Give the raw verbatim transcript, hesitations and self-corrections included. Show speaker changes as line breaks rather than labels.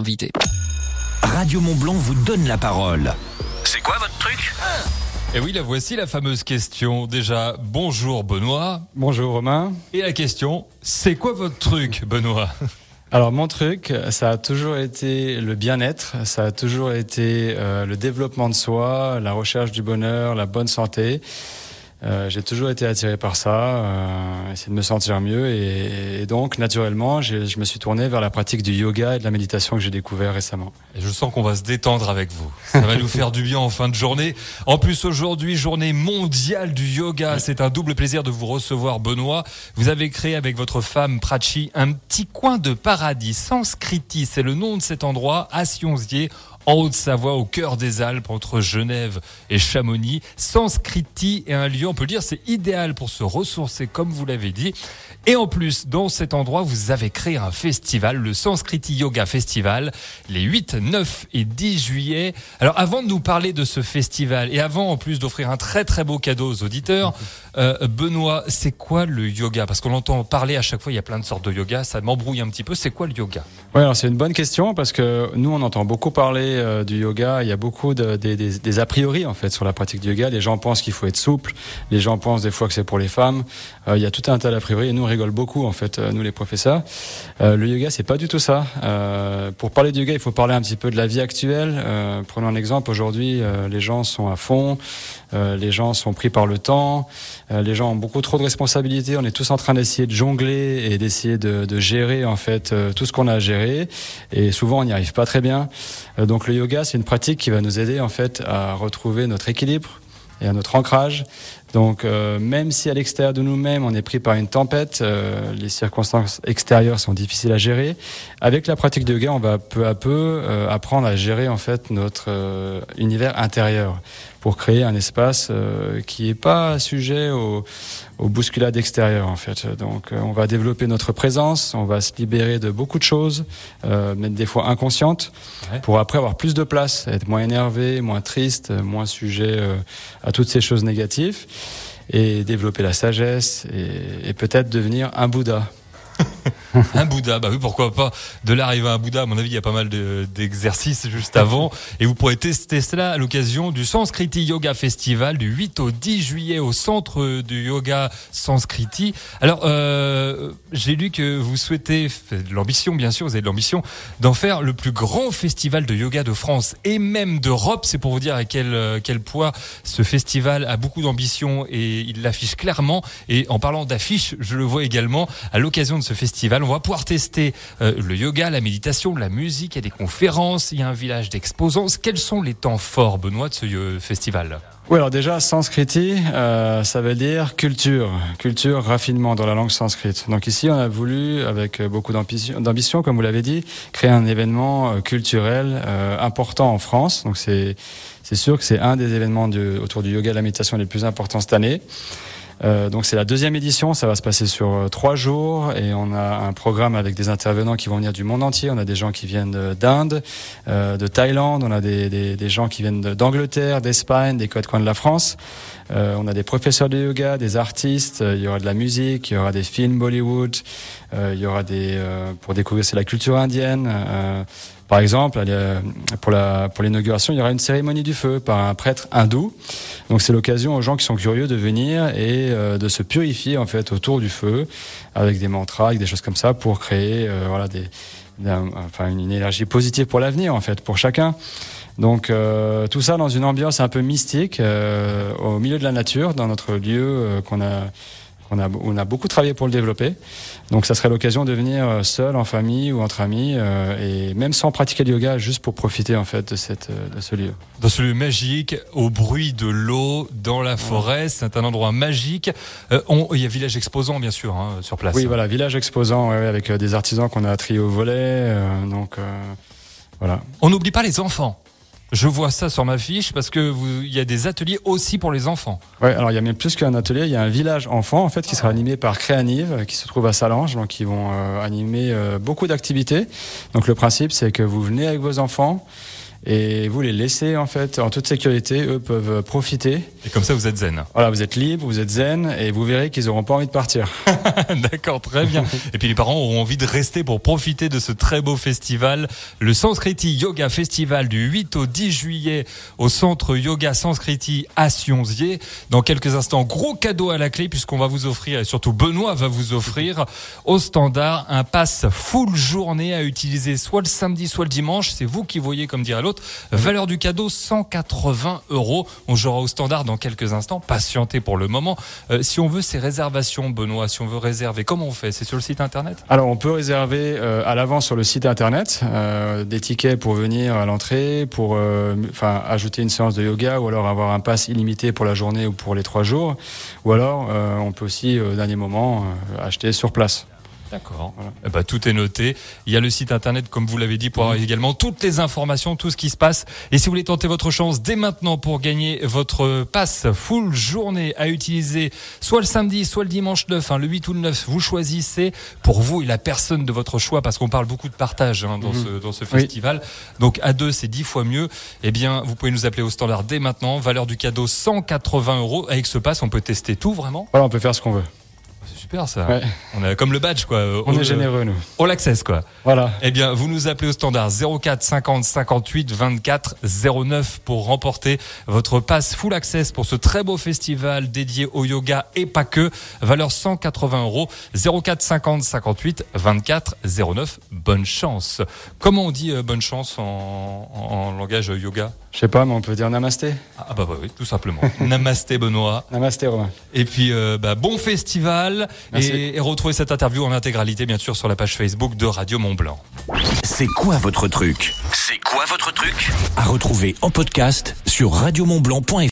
invités.
Radio Mont-Blanc vous donne la parole.
C'est quoi votre truc ?
Et oui, la voici la fameuse question. Déjà, bonjour Benoît.
Bonjour Romain.
Et la question, c'est quoi votre truc, Benoît ?
Alors mon truc, ça a toujours été le bien-être, ça a toujours été euh, le développement de soi, la recherche du bonheur, la bonne santé. Euh, j'ai toujours été attiré par ça, euh, essayer de me sentir mieux et, et donc naturellement j'ai, je me suis tourné vers la pratique du yoga et de la méditation que j'ai découvert récemment.
Et je sens qu'on va se détendre avec vous, ça va nous faire du bien en fin de journée. En plus aujourd'hui, journée mondiale du yoga, c'est un double plaisir de vous recevoir Benoît. Vous avez créé avec votre femme Prachi un petit coin de paradis, Sanskriti, c'est le nom de cet endroit, à Sionzier, en Haute-Savoie, au cœur des Alpes, entre Genève et Chamonix. Sanskriti est un lieu, on peut le dire, c'est idéal pour se ressourcer, comme vous l'avez dit. Et en plus, dans cet endroit, vous avez créé un festival, le Sanskriti Yoga Festival, les huit, neuf et dix juillet. Alors, avant de nous parler de ce festival, et avant, en plus, d'offrir un très très beau cadeau aux auditeurs, euh, Benoît, c'est quoi le yoga ? Parce qu'on entend parler à chaque fois, il y a plein de sortes de yoga, ça m'embrouille un petit peu. C'est quoi le yoga ?
Oui, alors c'est une bonne question parce que nous, on entend beaucoup parler euh, du yoga. Il y a beaucoup de, des, des, des a priori en fait sur la pratique du yoga. Les gens pensent qu'il faut être souple. Les gens pensent des fois que c'est pour les femmes. Euh, il y a tout un tas d'a priori et nous on rigole beaucoup en fait, euh, nous les professeurs. Euh, le yoga, c'est pas du tout ça. Euh, pour parler du yoga, il faut parler un petit peu de la vie actuelle. Euh, prenons un exemple. Aujourd'hui, euh, les gens sont à fond. Euh, les gens sont pris par le temps. Euh, les gens ont beaucoup trop de responsabilités. On est tous en train d'essayer de jongler et d'essayer de, de gérer en fait euh, tout ce qu'on a à gérer. Et souvent, on n'y arrive pas très bien. Euh, donc, le yoga, c'est une pratique qui va nous aider en fait à retrouver notre équilibre et à notre ancrage. Donc, euh, même si à l'extérieur de nous-mêmes, on est pris par une tempête, euh, les circonstances extérieures sont difficiles à gérer. Avec la pratique de yoga, on va peu à peu euh, apprendre à gérer en fait notre euh, univers intérieur pour créer un espace euh, qui n'est pas sujet aux, aux bousculades extérieures en fait. Donc, euh, on va développer notre présence, on va se libérer de beaucoup de choses, euh, même des fois inconscientes, ouais. Pour après avoir plus de place, être moins énervé, moins triste, moins sujet euh, à toutes ces choses négatives. Et développer la sagesse et, et peut-être devenir un Bouddha.
Un Bouddha, bah oui, pourquoi pas. De là arriver à un Bouddha, à mon avis, il y a pas mal de, d'exercices juste avant. Et vous pourrez tester cela à l'occasion du Sanskriti Yoga Festival du huit au dix juillet au centre du yoga Sanskriti. Alors, euh, j'ai lu que vous souhaitez, l'ambition, bien sûr, vous avez de l'ambition, d'en faire le plus grand festival de yoga de France et même d'Europe. C'est pour vous dire à quel, quel poids ce festival a beaucoup d'ambition et il l'affiche clairement. Et en parlant d'affiche, je le vois également à l'occasion de ce festival. On va pouvoir tester euh, le yoga, la méditation, la musique, il y a des conférences, il y a un village d'exposants. Quels sont les temps forts, Benoît, de ce euh, festival ?
Oui, alors déjà, Sanskriti, euh, ça veut dire culture, culture, raffinement dans la langue sanskrite. Donc ici, on a voulu, avec beaucoup d'ambition, d'ambition comme vous l'avez dit, créer un événement culturel euh, important en France. Donc c'est, c'est sûr que c'est un des événements du, autour du yoga et de la méditation les plus importants cette année. Euh, donc c'est la deuxième édition, ça va se passer sur euh, trois jours et on a un programme avec des intervenants qui vont venir du monde entier. On a des gens qui viennent d'Inde, euh, de Thaïlande, on a des, des, des gens qui viennent d'Angleterre, d'Espagne, des quatre coins de la France. Euh, on a des professeurs de yoga, des artistes, euh, il y aura de la musique, il y aura des films Bollywood, euh, il y aura des euh, pour découvrir c'est la culture indienne. Euh, Par exemple, pour, la, pour l'inauguration, il y aura une cérémonie du feu par un prêtre hindou. Donc c'est l'occasion aux gens qui sont curieux de venir et euh, de se purifier en fait autour du feu avec des mantras, avec des choses comme ça pour créer euh, voilà des, d'un, enfin une énergie positive pour l'avenir en fait pour chacun. Donc euh, tout ça dans une ambiance un peu mystique euh, au milieu de la nature dans notre lieu euh, qu'on a On a, on a beaucoup travaillé pour le développer. Donc ça serait l'occasion de venir seul, en famille ou entre amis, euh, et même sans pratiquer le yoga, juste pour profiter en fait de, cette, de ce lieu.
Dans ce lieu magique, au bruit de l'eau, dans la forêt, c'est un endroit magique. Euh, on, il y a village exposant bien sûr hein, sur place.
Oui, voilà, village exposant ouais, avec des artisans qu'on a triés au volet. Euh, donc euh, voilà.
On n'oublie pas les enfants. Je vois ça sur ma fiche parce que vous, il y a des ateliers aussi pour les enfants.
Ouais, alors il y a même plus qu'un atelier, il y a un village enfant en fait qui sera animé par Créanive qui se trouve à Salange, donc ils vont euh, animer euh, beaucoup d'activités. Donc le principe c'est que vous venez avec vos enfants et vous les laissez en fait en toute sécurité. Eux peuvent profiter.
Et comme ça, vous êtes zen.
Voilà, vous êtes libre, vous êtes zen, et vous verrez qu'ils n'auront pas envie de partir.
D'accord, très bien. Et puis les parents auront envie de rester pour profiter de ce très beau festival, le Sanskriti Yoga Festival du huit au dix juillet au centre Yoga Sanskriti à Sionzier. Dans quelques instants, gros cadeau à la clé puisqu'on va vous offrir, et surtout Benoît va vous offrir au standard un pass full journée à utiliser soit le samedi soit le dimanche. C'est vous qui voyez, comme dirait l'autre. Valeur du cadeau cent quatre-vingts euros. On jouera au standard dans quelques instants. Patientez pour le moment. Euh, si on veut ces réservations, Benoît, si on veut réserver, comment on fait? C'est sur le site internet?
Alors on peut réserver euh, à l'avance sur le site internet euh, des tickets pour venir à l'entrée, pour euh, enfin ajouter une séance de yoga, ou alors avoir un pass illimité pour la journée ou pour les trois jours, ou alors euh, on peut aussi au dernier moment euh, acheter sur place.
D'accord. Voilà. Eh ben, tout est noté. Il y a le site internet, comme vous l'avez dit, pour avoir également toutes les informations, tout ce qui se passe. Et si vous voulez tenter votre chance dès maintenant pour gagner votre passe full journée à utiliser, soit le samedi, soit le dimanche neuf, hein, le huit ou le neuf, vous choisissez pour vous et la personne de votre choix, parce qu'on parle beaucoup de partage hein, dans, mmh. ce, dans ce festival. Oui. Donc à deux, c'est dix fois mieux. Eh bien, vous pouvez nous appeler au standard dès maintenant. Valeur du cadeau cent quatre-vingts euros. Avec ce pass, on peut tester tout vraiment.
Voilà, on peut faire ce qu'on veut.
C'est super ça.
Ouais.
On a comme le badge quoi.
On
all,
est généreux nous.
All access quoi.
Voilà.
Eh bien, vous nous appelez au standard zéro quatre cinquante cinquante-huit vingt-quatre zéro neuf pour remporter votre pass full access pour ce très beau festival dédié au yoga et pas que. Valeur cent quatre-vingts euros. zéro quatre cinquante cinquante-huit vingt-quatre zéro neuf. Bonne chance. Comment on dit euh, bonne chance en, en, en langage yoga?
Je sais pas, mais on peut dire namasté.
Ah bah, bah oui, tout simplement. Namasté Benoît.
Namasté Romain.
Et puis euh, bah, bon festival. Et, et retrouvez cette interview en intégralité bien sûr sur la page Facebook de Radio Mont Blanc.
C'est quoi votre truc? C'est quoi votre truc? À retrouver en podcast sur radio mont blanc point f r.